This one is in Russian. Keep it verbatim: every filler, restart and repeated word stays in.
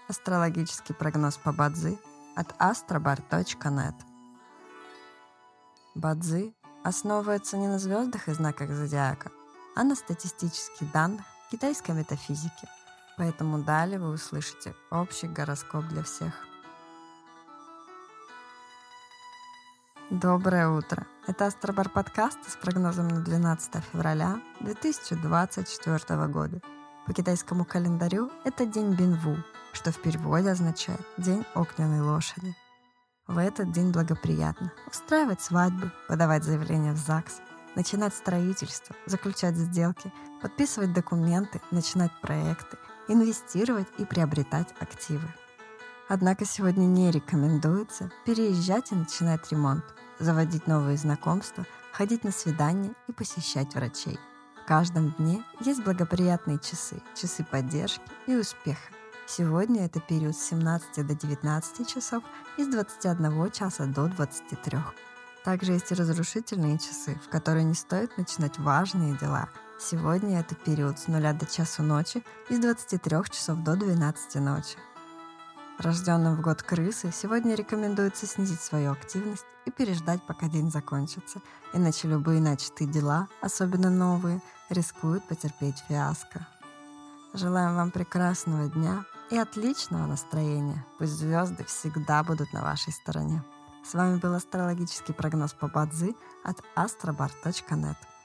Астрологический прогноз по Бадзи от астробар точка нет. Бадзи основывается не на звездах и знаках зодиака, а на статистических данных китайской метафизики. Поэтому далее вы услышите общий гороскоп для всех. Доброе утро! Это Астробар подкаст с прогнозом на двенадцатое февраля две тысячи двадцать четвёртого года. По китайскому календарю это день Бинву, что в переводе означает «день огненной лошади». В этот день благоприятно устраивать свадьбы, подавать заявления в ЗАГС, начинать строительство, заключать сделки, подписывать документы, начинать проекты, инвестировать и приобретать активы. Однако сегодня не рекомендуется переезжать и начинать ремонт, заводить новые знакомства, ходить на свидания и посещать врачей. В каждом дне есть благоприятные часы, часы поддержки и успеха. Сегодня это период с семнадцати до девятнадцати часов и с двадцати одного часа до двадцати трёх. Также есть и разрушительные часы, в которые не стоит начинать важные дела. Сегодня это период с нуля до часу ночи и с двадцати трёх часов до двенадцати ночи. Рожденным в год крысы сегодня рекомендуется снизить свою активность и переждать, пока день закончится, иначе любые начатые дела, особенно новые, рискуют потерпеть фиаско. Желаем вам прекрасного дня и отличного настроения. Пусть звезды всегда будут на вашей стороне. С вами был астрологический прогноз по Бадзи от астробар точка нет.